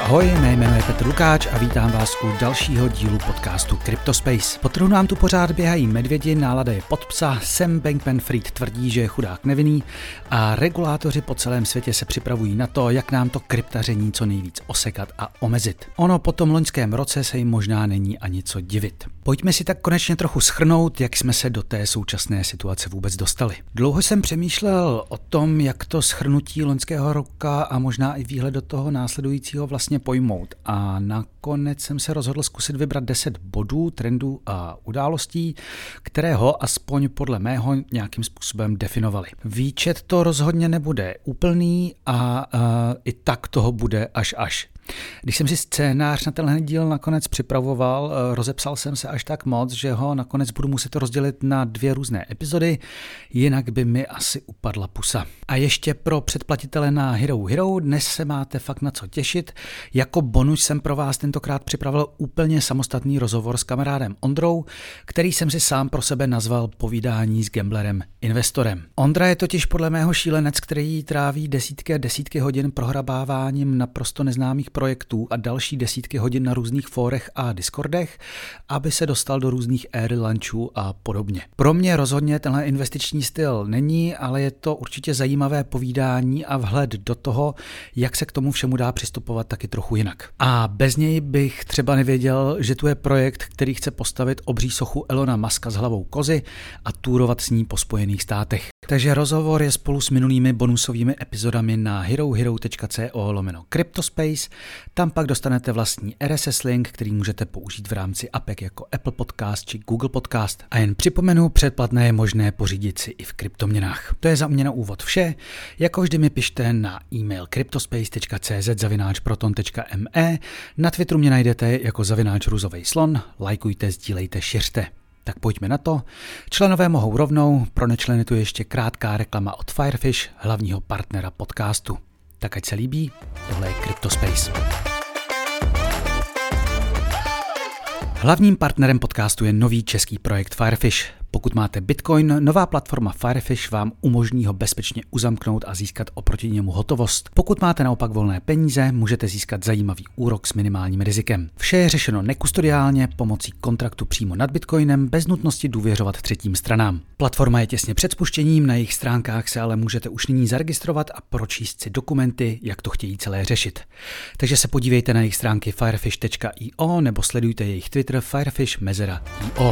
Ahoj, mé jméno je Petr Lukáč a vítám vás u dalšího dílu podcastu CryptoSpace. Po trhu nám tu pořád běhají medvědi, nálada je pod psa, Sam Bankman-Fried tvrdí, že je chudák nevinný a regulátoři po celém světě se připravují na to, jak nám to kryptaření co nejvíc osekat a omezit. Ono po tom loňském roce se jim možná není ani co divit. Pojďme si tak konečně trochu shrnout, jak jsme se do té současné situace vůbec dostali. Dlouho jsem přemýšlel o tom, jak to shrnutí loňského roka a možná i výhled do toho následujícího vlastně pojmout. A nakonec jsem se rozhodl zkusit vybrat 10 bodů, trendů a událostí, které ho aspoň podle mého nějakým způsobem definovaly. Výčet to rozhodně nebude úplný a i tak toho bude až. Když jsem si scénář na tenhle díl nakonec připravoval, rozepsal jsem se až tak moc, že ho nakonec budu muset rozdělit na 2 různé epizody, jinak by mi asi upadla pusa. A ještě pro předplatitele na Hero, dnes se máte fakt na co těšit. Jako bonus jsem pro vás tentokrát připravil úplně samostatný rozhovor s kamarádem Ondrou, který jsem si sám pro sebe nazval Povídání s gamblerem investorem. Ondra je totiž podle mého šílenec, který tráví desítky hodin prohrabáváním naprosto neznámých projektů a další desítky hodin na různých fórech a Discordech, aby se dostal do různých éry lunchů a podobně. Pro mě rozhodně tenhle investiční styl není, ale je to určitě zajímavé povídání a vhled do toho, jak se k tomu všemu dá přistupovat taky trochu jinak. A bez něj bych třeba nevěděl, že tu je projekt, který chce postavit obří sochu Elona Muska s hlavou kozy a túrovat s ní po Spojených státech. Takže rozhovor je spolu s minulými bonusovými epizodami na herohero.co/CryptoSpace. Tam pak dostanete vlastní RSS link, který můžete použít v rámci apek jako Apple Podcast či Google Podcast. A jen připomenu, předplatné je možné pořídit si i v kryptoměnách. To je za mě na úvod vše. Jako vždy mi pište na e-mail cryptospace.cz@proton.me. Na Twitteru mě najdete jako @ruzovejslon. Lajkujte, sdílejte, šiřte. Tak pojďme na to. Členové mohou rovnou, pro nečleny tu ještě krátká reklama od Firefish, hlavního partnera podcastu. Tak ať se líbí, tohle je CryptoSpace. Hlavním partnerem podcastu je nový český projekt Firefish. Pokud máte Bitcoin, nová platforma Firefish vám umožní ho bezpečně uzamknout a získat oproti němu hotovost. Pokud máte naopak volné peníze, můžete získat zajímavý úrok s minimálním rizikem. Vše je řešeno nekustodiálně pomocí kontraktu přímo nad Bitcoinem bez nutnosti důvěřovat třetím stranám. Platforma je těsně před spuštěním, na jejich stránkách se ale můžete už nyní zaregistrovat a pročíst si dokumenty, jak to chtějí celé řešit. Takže se podívejte na jejich stránky firefish.io nebo sledujte jejich Twitter firefish_io.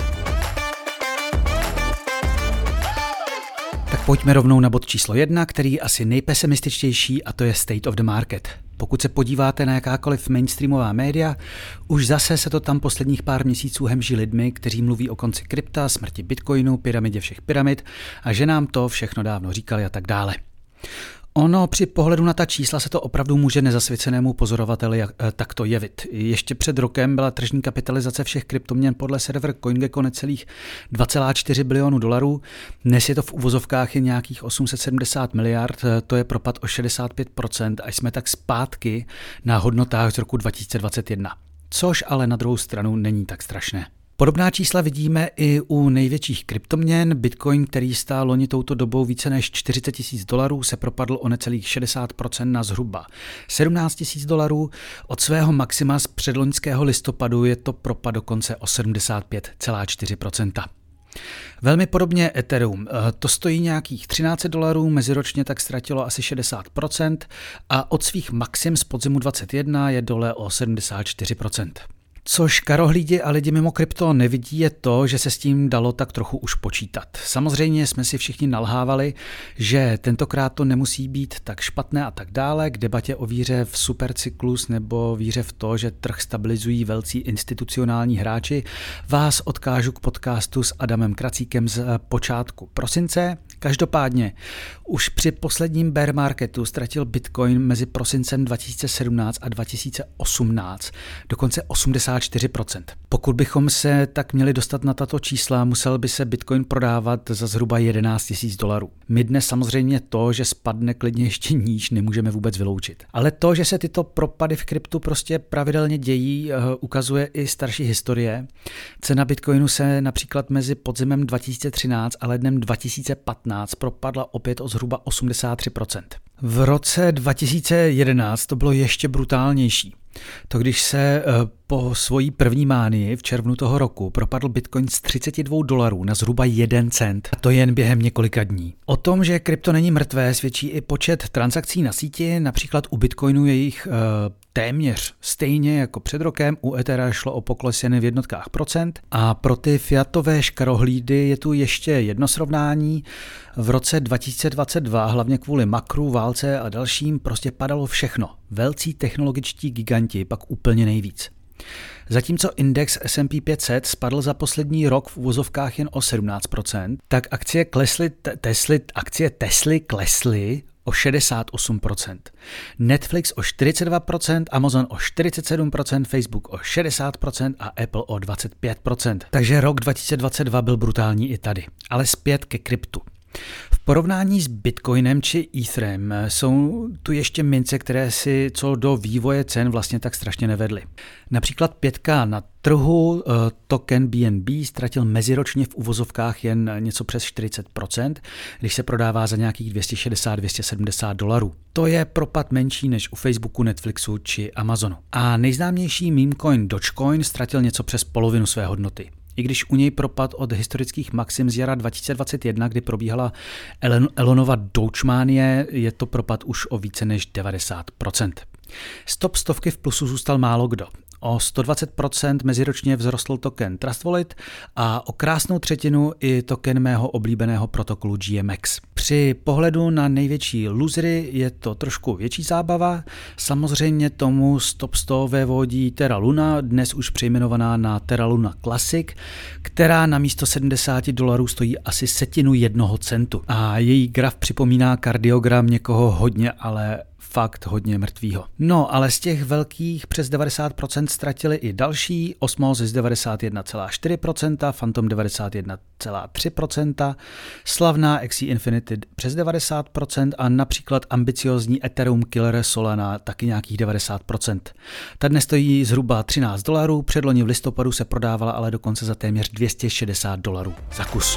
Tak pojďme rovnou na bod číslo 1, který je asi nejpesimističtější, a to je State of the Market. Pokud se podíváte na jakákoliv mainstreamová média, už zase se to tam posledních pár měsíců hemží lidmi, kteří mluví o konci krypta, smrti Bitcoinu, pyramidě všech pyramid a že nám to všechno dávno říkali a tak dále. Ono při pohledu na ta čísla se to opravdu může nezasvěcenému pozorovateli takto jevit. Ještě před rokem byla tržní kapitalizace všech kryptoměn podle server CoinGecko necelých $2,4 bilionu. Dnes je to v uvozovkách jen nějakých 870 miliard, to je propad o 65% a jsme tak zpátky na hodnotách z roku 2021. Což ale na druhou stranu není tak strašné. Podobná čísla vidíme i u největších kryptoměn. Bitcoin, který stál loni touto dobou více než $40,000, se propadl o necelých 60% na zhruba $17,000. Od svého maxima z předloňského listopadu je to propad dokonce o 75,4%. Velmi podobně Ethereum. To stojí nějakých $13, meziročně tak ztratilo asi 60% a od svých maxim z podzimu 21 je dole o 74%. Což karohlídi a lidi mimo krypto nevidí, je to, že se s tím dalo tak trochu už počítat. Samozřejmě jsme si všichni nalhávali, že tentokrát to nemusí být tak špatné a tak dále. K debatě o víře v supercyklus nebo víře v to, že trh stabilizují velcí institucionální hráči, vás odkážu k podcastu s Adamem Kracíkem z počátku prosince. Každopádně už při posledním bear marketu ztratil Bitcoin mezi prosincem 2017 a 2018 dokonce 80 84%. Pokud bychom se tak měli dostat na tato čísla, musel by se Bitcoin prodávat za zhruba $11 000. My dnes samozřejmě to, že spadne klidně ještě níž, nemůžeme vůbec vyloučit. Ale to, že se tyto propady v kryptu prostě pravidelně dějí, ukazuje i starší historie. Cena Bitcoinu se například mezi podzimem 2013 a lednem 2015 propadla opět o zhruba 83%. V roce 2011 to bylo ještě brutálnější. To když se po svojí první mánii v červnu toho roku propadl Bitcoin z $32 na zhruba 1 cent. A to jen během několika dní. O tom, že krypto není mrtvé, svědčí i počet transakcí na síti, například u Bitcoinu je jich téměř stejně jako před rokem, u Ethera šlo o pokles jen v jednotkách procent a pro ty fiatové škarohlídy je tu ještě jedno srovnání. V roce 2022, hlavně kvůli makru, válce a dalším, prostě padalo všechno. Velcí technologičtí giganti pak úplně nejvíc. Zatímco index S&P 500 spadl za poslední rok v uvozovkách jen o 17%, tak akcie Tesly klesly o 68%. Netflix o 42%, Amazon o 47%, Facebook o 60% a Apple o 25%. Takže rok 2022 byl brutální i tady. Ale zpět ke kryptu. V porovnání s Bitcoinem či Etherem jsou tu ještě mince, které si co do vývoje cen vlastně tak strašně nevedly. Například 5 na trhu token BNB ztratil meziročně v uvozovkách jen něco přes 40%, když se prodává za nějakých $260–270. To je propad menší než u Facebooku, Netflixu či Amazonu. A nejznámější meme coin Dogecoin ztratil něco přes polovinu své hodnoty. I když u něj propad od historických maxim z jara 2021, kdy probíhala Elonova Dogemanie, je to propad už o více než 90%. Z top stovky v plusu zůstal málo kdo. O 120% meziročně vzrostl token Trust Wallet a o krásnou třetinu i token mého oblíbeného protokolu GMX. Při pohledu na největší losery je to trošku větší zábava. Samozřejmě tomu z top 100 vévodí Terra Luna, dnes už přejmenovaná na Terra Luna Classic, která na místo $70 stojí asi 1/10 centu. A její graf připomíná kardiogram někoho hodně, ale fakt hodně mrtvýho. No, ale z těch velkých přes 90% ztratili i další, Osmosis 91,4%, Phantom 91,3%, slavná XE Infinity přes 90% a například ambiciozní Ethereum Killer Solana taky nějakých 90%. Ta dnes stojí zhruba $13, předloni v listopadu se prodávala ale dokonce za téměř $260 za kus.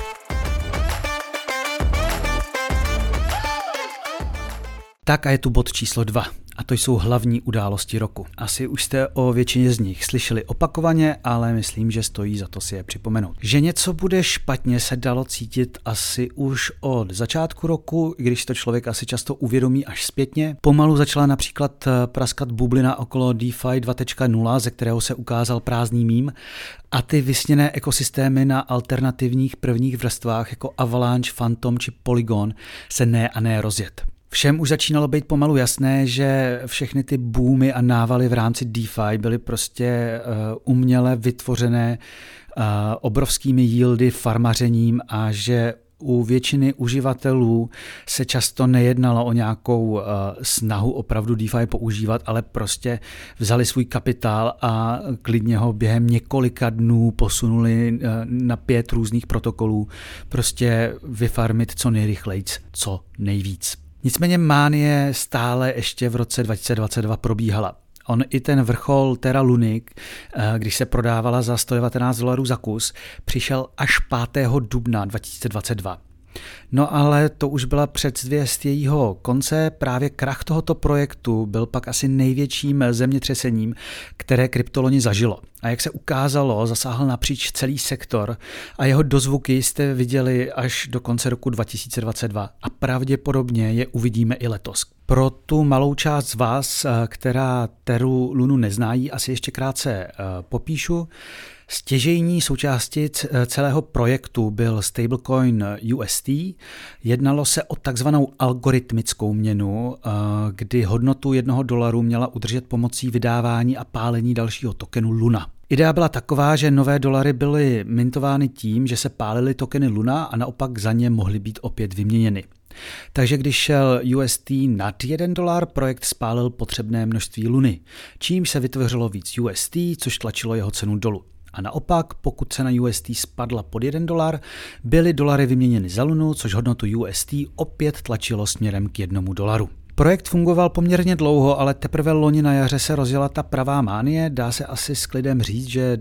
Tak a je tu bod číslo 2. A to jsou hlavní události roku. Asi už jste o většině z nich slyšeli opakovaně, ale myslím, že stojí za to si je připomenout. Že něco bude špatně, se dalo cítit asi už od začátku roku, i když to člověk asi často uvědomí až zpětně. Pomalu začala například praskat bublina okolo DeFi 2.0, ze kterého se ukázal prázdný mím, a ty vysněné ekosystémy na alternativních prvních vrstvách jako Avalanche, Phantom či Polygon se ne a ne rozjet. Všem už začínalo být pomalu jasné, že všechny ty boomy a návaly v rámci DeFi byly prostě uměle vytvořené obrovskými yieldy, farmařením a že u většiny uživatelů se často nejednalo o nějakou snahu opravdu DeFi používat, ale prostě vzali svůj kapitál a klidně ho během několika dnů posunuli na 5 různých protokolů, prostě vyfarmit co nejrychleji, co nejvíc. Nicméně mánie stále ještě v roce 2022 probíhala. On i ten vrchol Terra Luny, když se prodávala za $119 za kus, přišel až 5. dubna 2022. No ale to už byla předzvěst jejího konce, právě krach tohoto projektu byl pak asi největším zemětřesením, které kryptoloni zažilo. A jak se ukázalo, zasáhl napříč celý sektor a jeho dozvuky jste viděli až do konce roku 2022 a pravděpodobně je uvidíme i letos. Pro tu malou část z vás, která Terru Lunu neznají, asi ještě krátce popíšu. Stěžejní součástí celého projektu byl stablecoin UST. Jednalo se o takzvanou algoritmickou měnu, kdy hodnotu $1 měla udržet pomocí vydávání a pálení dalšího tokenu Luna. Idea byla taková, že nové dolary byly mintovány tím, že se pálily tokeny Luna a naopak za ně mohly být opět vyměněny. Takže když šel UST nad $1, projekt spálil potřebné množství luny, čímž se vytvořilo víc UST, což tlačilo jeho cenu dolů. A naopak, pokud cena UST spadla pod $1, byly dolary vyměněny za lunu, což hodnotu UST opět tlačilo směrem k $1. Projekt fungoval poměrně dlouho, ale teprve loni na jaře se rozjela ta pravá mánie. Dá se asi s klidem říct, že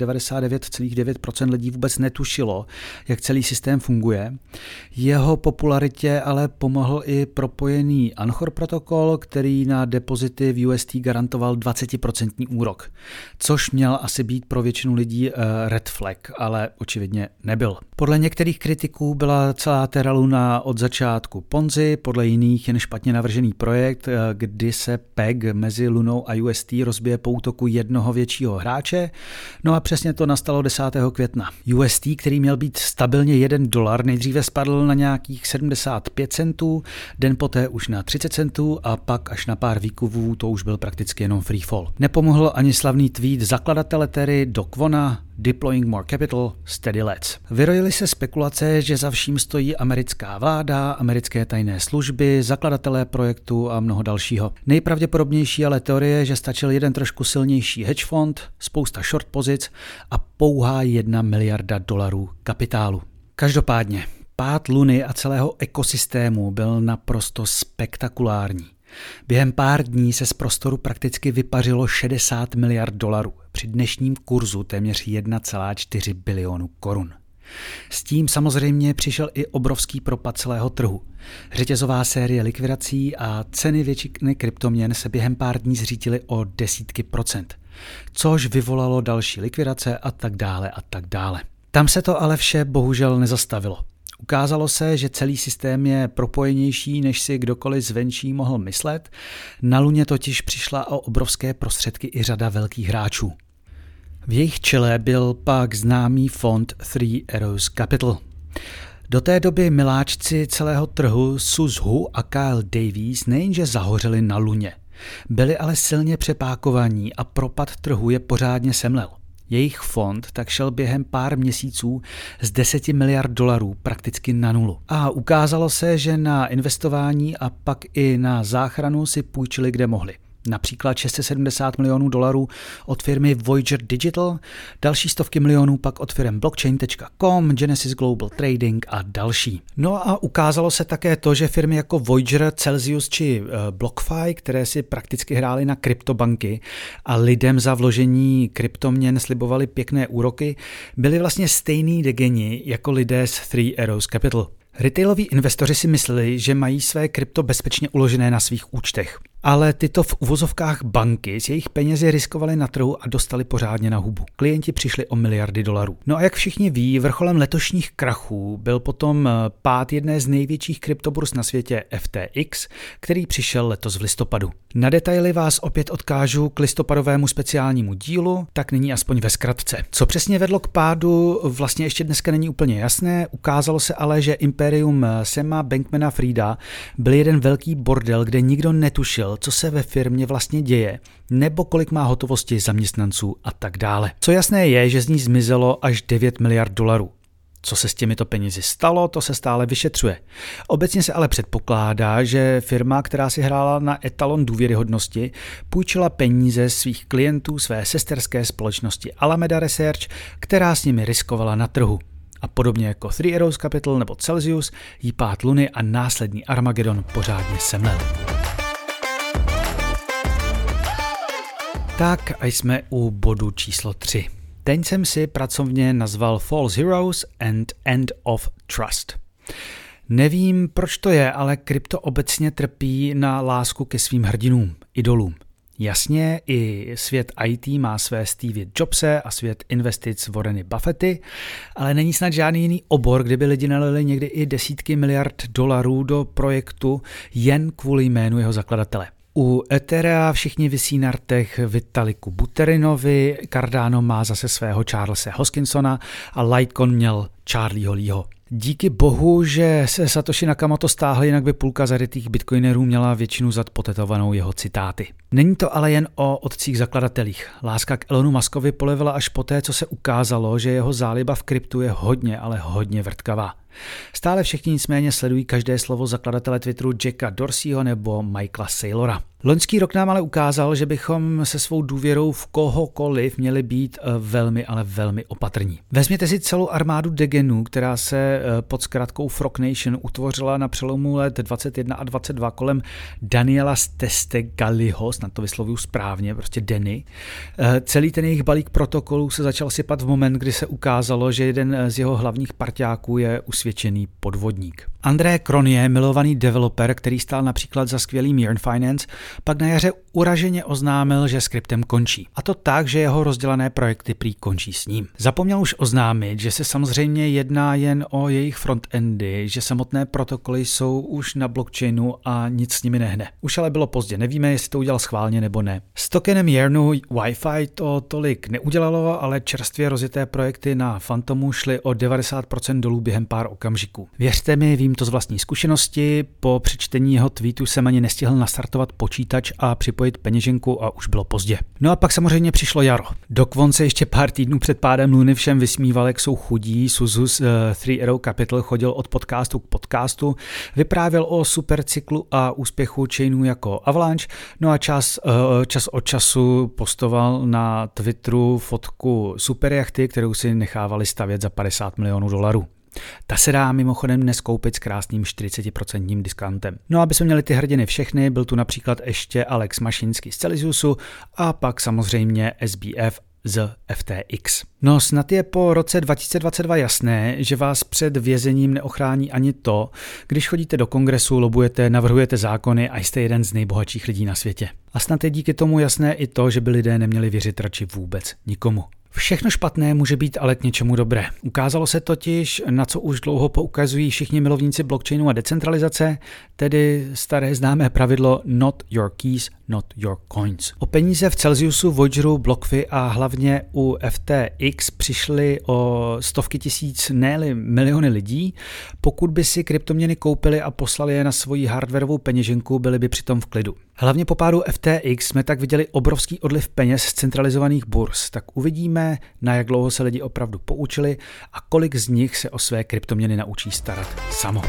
99,9% lidí vůbec netušilo, jak celý systém funguje. Jeho popularitě ale pomohl i propojený Anchor protokol, který na depozity v UST garantoval 20% úrok, což měl asi být pro většinu lidí red flag, ale očividně nebyl. Podle některých kritiků byla celá Terra Luna od začátku Ponzi, podle jiných jen špatně navržený projekt, kdy se PEG mezi Lunou a UST rozbije po útoku jednoho většího hráče. No a přesně to nastalo 10. května. UST, který měl být stabilně $1, nejdříve spadl na nějakých 75 centů, den poté už na 30 centů a pak až na pár výkuvů to už byl prakticky jenom free fall. Nepomohl ani slavný tweet zakladatele Terry do Kwona: Deploying more capital, steady let's. Vyrojily se spekulace, že za vším stojí americká vláda, americké tajné služby, zakladatelé projektu a mnoho dalšího. Nejpravděpodobnější ale teorie, že stačil jeden trošku silnější hedge fond, spousta short pozic a pouhá $1 miliarda kapitálu. Každopádně, pád Luny a celého ekosystému byl naprosto spektakulární. Během pár dní se z prostoru prakticky vypařilo $60 miliard, při dnešním kurzu téměř 1,4 bilionu korun. S tím samozřejmě přišel i obrovský propad celého trhu. Řetězová série likvidací a ceny většiny kryptoměn se během pár dní zřítily o desítky procent, což vyvolalo další likvidace a tak dále a tak dále. Tam se to ale vše bohužel nezastavilo. Ukázalo se, že celý systém je propojenější, než si kdokoliv zvenčí mohl myslet. Na Luně totiž přišla o obrovské prostředky i řada velkých hráčů. V jejich čele byl pak známý fond Three Arrows Capital. Do té doby miláčci celého trhu Sus Hu a Kyle Davies nejenže zahořeli na Luně, byli ale silně přepákovaní a propad trhu je pořádně semlel. Jejich fond tak šel během pár měsíců z $10 miliard prakticky na nulu. A ukázalo se, že na investování a pak i na záchranu si půjčili kde mohli. Například $670 milionů od firmy Voyager Digital, další stovky milionů pak od firm Blockchain.com, Genesis Global Trading a další. No a ukázalo se také to, že firmy jako Voyager, Celsius či BlockFi, které si prakticky hrály na kryptobanky a lidem za vložení kryptoměn slibovali pěkné úroky, byli vlastně stejný degeni jako lidé z Three Arrows Capital. Retailoví investoři si mysleli, že mají své krypto bezpečně uložené na svých účtech. Ale tyto v uvozovkách banky s jejich penězi riskovaly na trhu a dostali pořádně na hubu. Klienti přišli o miliardy dolarů. No a jak všichni ví, vrcholem letošních krachů byl potom pád jedné z největších kryptoburs na světě FTX, který přišel letos v listopadu. Na detaily vás opět odkážu k listopadovému speciálnímu dílu, tak nyní aspoň ve zkratce. Co přesně vedlo k pádu, vlastně ještě dneska není úplně jasné, ukázalo se ale, že impérium Sama Bankmana-Frieda byl jeden velký bordel, kde nikdo netušil, co se ve firmě vlastně děje, nebo kolik má hotovosti zaměstnanců a tak dále. Co jasné je, že z ní zmizelo až $9 miliard. Co se s těmito penězi stalo, to se stále vyšetřuje. Obecně se ale předpokládá, že firma, která si hrála na etalon důvěryhodnosti, půjčila peníze svých klientů své sesterské společnosti Alameda Research, která s nimi riskovala na trhu. A podobně jako Three Arrows Capital nebo Celsius, jí pád Luny a následný Armagedon pořádně semlel. Tak a jsme u bodu číslo 3. Ten jsem si pracovně nazval False Heroes and End of Trust. Nevím, proč to je, ale krypto obecně trpí na lásku ke svým hrdinům, idolům. Jasně, i svět IT má své Stevie Jobse a svět investic Warreny Buffetty, ale není snad žádný jiný obor, kde by lidi nalili někdy i desítky miliard dolarů do projektu jen kvůli jménu jeho zakladatele. U Etherea všichni visí na rtech Vitaliku Butterinovi, Cardano má zase svého Charlese Hoskinsona a Litecoin měl Charlieho Leeho. Díky bohu, že se Satoshi Nakamoto stáhl, jinak by půlka zarytých bitcoinerů měla většinu zad potetovanou jeho citáty. Není to ale jen o otcích zakladatelích. Láska k Elonu Muskovi polevila až poté, co se ukázalo, že jeho záliba v kryptu je hodně, ale hodně vrtkavá. Stále všichni nicméně sledují každé slovo zakladatele Twitteru Jacka Dorseyho nebo Michaela Saylora. Loňský rok nám ale ukázal, že bychom se svou důvěrou v kohokoliv měli být velmi, ale velmi opatrní. Vezměte si celou armádu degenů, která se pod zkratkou Frog Nation utvořila na přelomu let 21 a 22 kolem Daniela Stestegaliho, snad to vyslovuju správně, prostě Danny. Celý ten jejich balík protokolů se začal sypat v moment, kdy se ukázalo, že jeden z jeho hlavních parťáků je usvědčený podvodník. André Cronje, milovaný developer, který stál například za skvělým Yearn Finance, pak na jaře uraženě oznámil, že s kryptem končí. A to tak, že jeho rozdělané projekty prý končí s ním. Zapomněl už oznámit, že se samozřejmě jedná jen o jejich frontendy, že samotné protokoly jsou už na blockchainu a nic s nimi nehne. Už ale bylo pozdě, nevíme, jestli to udělal schválně nebo ne. S tokenem Yearnu Wi-Fi to tolik neudělalo, ale čerstvě rozjeté projekty na Fantomu šly o 90% dolů během pár okamžiků. Věřte mi, vím to z vlastní zkušenosti, po přečtení jeho tweetu jsem ani nestihl nastartovat počítač a připojit peněženku a už bylo pozdě. No a pak samozřejmě přišlo jaro. Doc Von se ještě pár týdnů před pádem Luny všem vysmíval, jak jsou chudí, Suzu z Three Arrow Capital chodil od podcastu k podcastu, vyprávěl o supercyklu a úspěchu chainů jako Avalanche, no a čas od času postoval na Twitteru fotku superjachty, kterou si nechávali stavět za $50 milionů. Ta se dá mimochodem dnes koupit s krásným 40% diskantem. No a aby jsme měli ty hrdiny všechny, byl tu například ještě Alex Mašinský z Celsiusu a pak samozřejmě SBF z FTX. No snad je po roce 2022 jasné, že vás před vězením neochrání ani to, když chodíte do kongresu, lobujete, navrhujete zákony a jste jeden z nejbohatších lidí na světě. A snad je díky tomu jasné i to, že by lidé neměli věřit radši vůbec nikomu. Všechno špatné může být ale k něčemu dobré. Ukázalo se totiž, na co už dlouho poukazují všichni milovníci blockchainu a decentralizace, tedy staré známé pravidlo not your keys, not your coins. O peníze v Celsiusu, Voyageru, BlockFi a hlavně u FTX přišly o stovky tisíc, ne-li miliony lidí. Pokud by si kryptoměny koupili a poslali je na svoji hardwarovou peněženku, byli by přitom v klidu. Hlavně po pádu FTX jsme tak viděli obrovský odliv peněz z centralizovaných burz, tak uvidíme, na jak dlouho se lidi opravdu poučili a kolik z nich se o své kryptoměny naučí starat samo.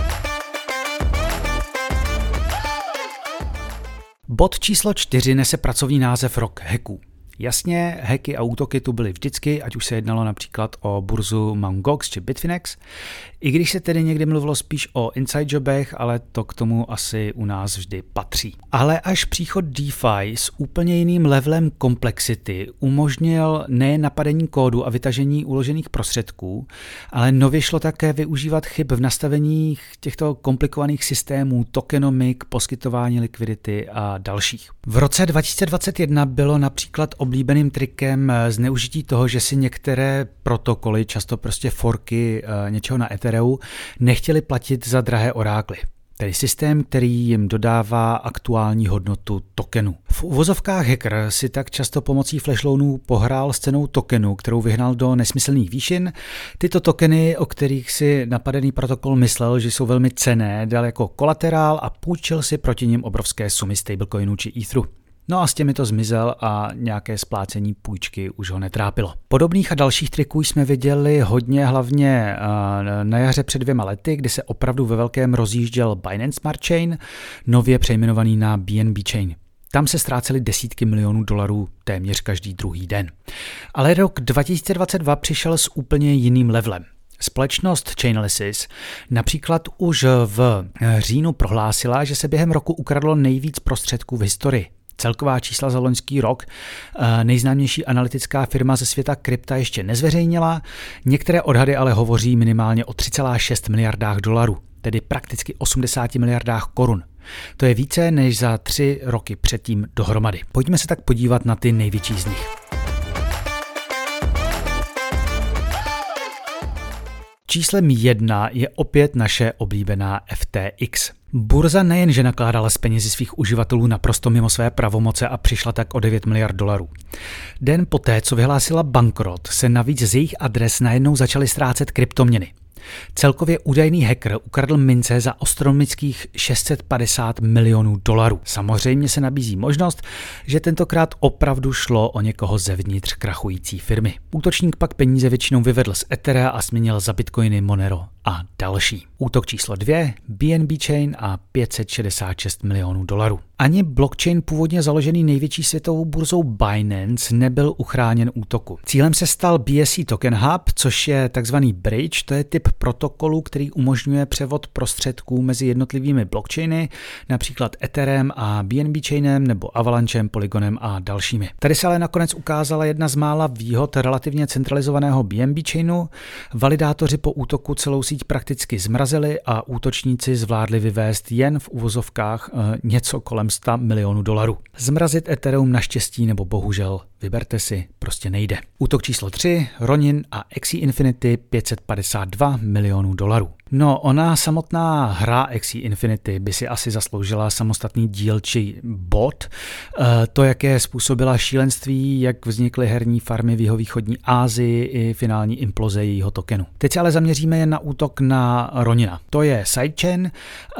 Bod číslo 4 nese pracovní název Rok hacků. Jasně, hacky a útoky tu byly vždycky, ať už se jednalo například o burzu Mt. Gox či Bitfinex, i když se tedy někdy mluvilo spíš o inside jobech, ale to k tomu asi u nás vždy patří. Ale až příchod DeFi s úplně jiným levelem komplexity umožnil nejen napadení kódu a vytažení uložených prostředků, ale nově šlo také využívat chyb v nastavení těchto komplikovaných systémů, tokenomik, poskytování likvidity a dalších. V roce 2021 bylo například oblíbeným trikem zneužití toho, že si některé protokoly, často prostě forky něčeho na Ethereum, nechtěli platit za drahé orákly. Tedy systém, který jim dodává aktuální hodnotu tokenu. V uvozovkách hacker si tak často pomocí flashloanů pohrál s cenou tokenu, kterou vyhnal do nesmyslných výšin. Tyto tokeny, o kterých si napadený protokol myslel, že jsou velmi cenné, dal jako kolaterál a půjčil si proti nim obrovské sumy stablecoinů či Etheru. No a s těmi to zmizel a nějaké splácení půjčky už ho netrápilo. Podobných a dalších triků jsme viděli hodně, hlavně na jaře před 2 lety, kdy se opravdu ve velkém rozjížděl Binance Smart Chain, nově přejmenovaný na BNB Chain. Tam se ztrácely desítky milionů dolarů téměř každý druhý den. Ale rok 2022 přišel s úplně jiným levelem. Společnost Chainalysis například už v říjnu prohlásila, že se během roku ukradlo nejvíc prostředků v historii. Celková čísla za loňský rok nejznámější analytická firma ze světa krypta ještě nezveřejnila, některé odhady ale hovoří minimálně o 3,6 miliardách dolarů, tedy prakticky 80 miliardách korun. To je více než za 3 roky předtím dohromady. Pojďme se tak podívat na ty největší z nich. Číslem 1 je opět naše oblíbená FTX. Burza nejenže nakládala s penězi svých uživatelů naprosto mimo své pravomoce a přišla tak o 9 miliard dolarů. Den poté, co vyhlásila bankrot, se navíc z jejich adres najednou začaly ztrácet kryptoměny. Celkově údajný hacker ukradl mince za astronomických $650 milionů. Samozřejmě se nabízí možnost, že tentokrát opravdu šlo o někoho zevnitř krachující firmy. Útočník pak peníze většinou vyvedl z Ethera a směnil za bitcoiny, Monero a další. Útok číslo 2, BNB Chain a $566 milionů. Ani blockchain původně založený největší světovou burzou Binance nebyl uchráněn útoku. Cílem se stal BSC Token Hub, což je takzvaný bridge, to je typ protokolu, který umožňuje převod prostředků mezi jednotlivými blockchainy, například Etherem a BNB Chainem nebo Avalanchem, Polygonem a dalšími. Tady se ale nakonec ukázala jedna z mála výhod relativně centralizovaného BNB Chainu. Validátoři po útoku celou síť prakticky zmrazili a útočníci zvládli vyvést jen v uvozovkách něco kolem $100 milionů. Zmrazit Ethereum naštěstí nebo bohužel, vyberte si, prostě nejde. Útok číslo 3, Ronin a Axie Infinity, $552 milionů. No, ona samotná hra Axie Infinity by si asi zasloužila samostatný díl či bod. To, jaké způsobila šílenství, jak vznikly herní farmy v jihovýchodní Asii i finální imploze jejího tokenu. Teď se ale zaměříme jen na útok na Ronina. To je sidechain,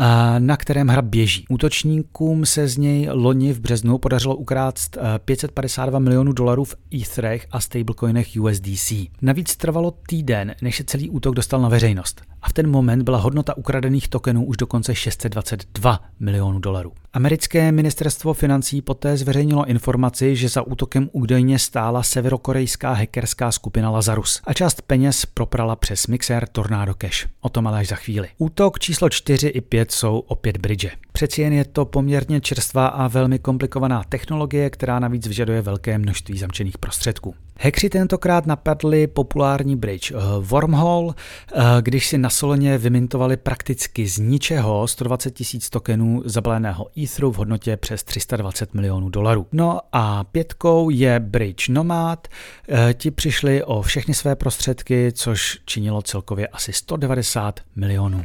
na kterém hra běží. Útočníkům se z něj loni v březnu podařilo ukrást $552 milionů v Etherech a stablecoinech USDC. Navíc trvalo týden, než se celý útok dostal na veřejnost. A v ten moment byla hodnota ukradených tokenů už dokonce $622 milionů. Americké ministerstvo financí poté zveřejnilo informaci, že za útokem údajně stála severokorejská hackerská skupina Lazarus a část peněz proprala přes mixér Tornado Cash. O tom ale až za chvíli. Útok číslo 4 i 5 jsou opět bridge. Přeci jen je to poměrně čerstvá a velmi komplikovaná technologie, která navíc vyžaduje velké množství zamčených prostředků. Hackři tentokrát napadli populární bridge Wormhole, když si na Soloně vymintovali prakticky z ničeho 120 000 tokenů zabaleného Etheru v hodnotě přes $320 milionů. No a 5 je bridge Nomad, ti přišli o všechny své prostředky, což činilo celkově asi $190 milionů.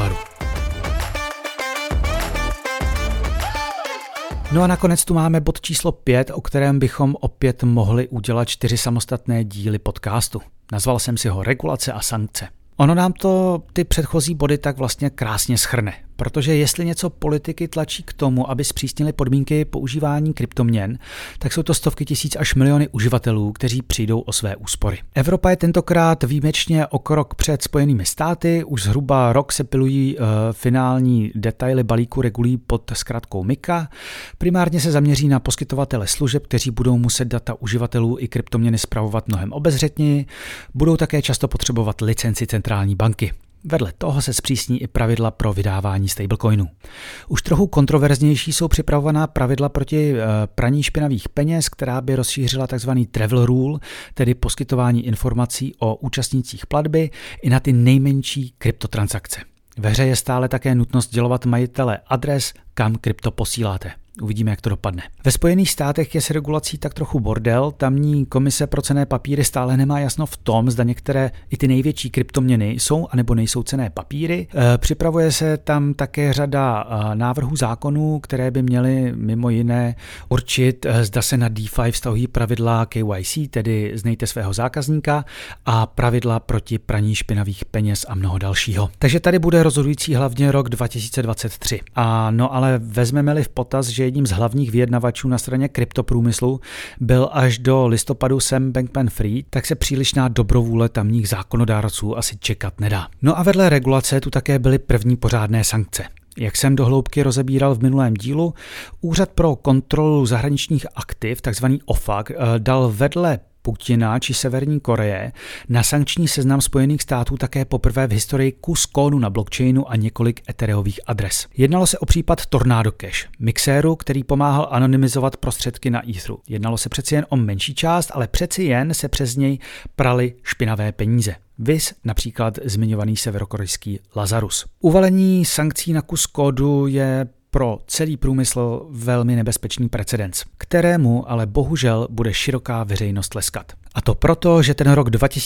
No a nakonec tu máme bod číslo 5, o kterém bychom opět mohli udělat 4 samostatné díly podcastu. Nazval jsem si ho Regulace a sankce. Ono nám to ty předchozí body tak vlastně krásně shrne, protože jestli něco politiky tlačí k tomu, aby zpřísnili podmínky používání kryptoměn, tak jsou to stovky tisíc až miliony uživatelů, kteří přijdou o své úspory. Evropa je tentokrát výjimečně o krok před Spojenými státy, už zhruba rok se pilují finální detaily balíku regulí pod zkratkou MiCA. Primárně se zaměří na poskytovatele služeb, kteří budou muset data uživatelů i kryptoměny spravovat mnohem obezřetněji, budou také často potřebovat licenci centrální banky. Vedle toho se zpřísní i pravidla pro vydávání stablecoinů. Už trochu kontroverznější jsou připravovaná pravidla proti praní špinavých peněz, která by rozšířila tzv. Travel Rule, tedy poskytování informací o účastnících platby i na ty nejmenší kryptotransakce. Ve hře je stále také nutnost dělovat majitele adres, kam krypto posíláte. Uvidíme, jak to dopadne. Ve Spojených státech je s regulací tak trochu bordel, tamní komise pro cenné papíry stále nemá jasno v tom, zda některé i ty největší kryptoměny jsou anebo nejsou cenné papíry. Připravuje se tam také řada návrhů zákonů, které by měly mimo jiné určit, zda se na DeFi vztahují pravidla KYC, tedy znejte svého zákazníka, a pravidla proti praní špinavých peněz a mnoho dalšího. Takže tady bude rozhodující hlavně rok 2023. No ale vezmeme-li v potaz, že jedním z hlavních vyjednavačů na straně kryptoprůmyslu byl až do listopadu Sam Bankman-Fried, tak se přílišná dobrovůle tamních zákonodárců asi čekat nedá. No a vedle regulace tu také byly první pořádné sankce. Jak jsem do hloubky rozebíral v minulém dílu, Úřad pro kontrolu zahraničních aktiv, takzvaný OFAC, dal vedle Putina či Severní Koreje na sankční seznam Spojených států také poprvé v historii kus kódu na blockchainu a několik ethereových adres. Jednalo se o případ Tornado Cash, mixéru, který pomáhal anonymizovat prostředky na Etheru. Jednalo se přeci jen o menší část, ale přeci jen se přes něj praly špinavé peníze. Viz například zmiňovaný severokorejský Lazarus. Uvalení sankcí na kus kódu je pro celý průmysl velmi nebezpečný precedens, kterému ale bohužel bude široká veřejnost tleskat. A to proto, že ten rok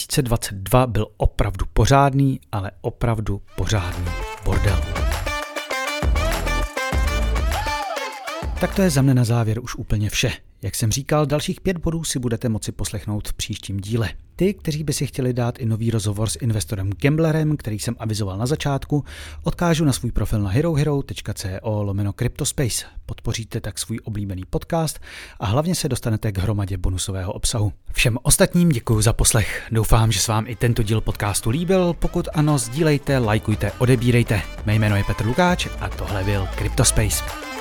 2022 byl opravdu pořádný, ale opravdu pořádný bordel. Tak to je za mne na závěr už úplně vše. Jak jsem říkal, dalších 5 bodů si budete moci poslechnout v příštím díle. Ty, kteří by si chtěli dát i nový rozhovor s investorem Gamblerem, který jsem avizoval na začátku, odkážu na svůj profil na herohero.co/cryptospace. Podpoříte tak svůj oblíbený podcast a hlavně se dostanete k hromadě bonusového obsahu. Všem ostatním děkuji za poslech. Doufám, že se vám i tento díl podcastu líbil. Pokud ano, sdílejte, lajkujte, odebírejte. Mé jméno je Petr Lukáč a tohle byl Cryptospace.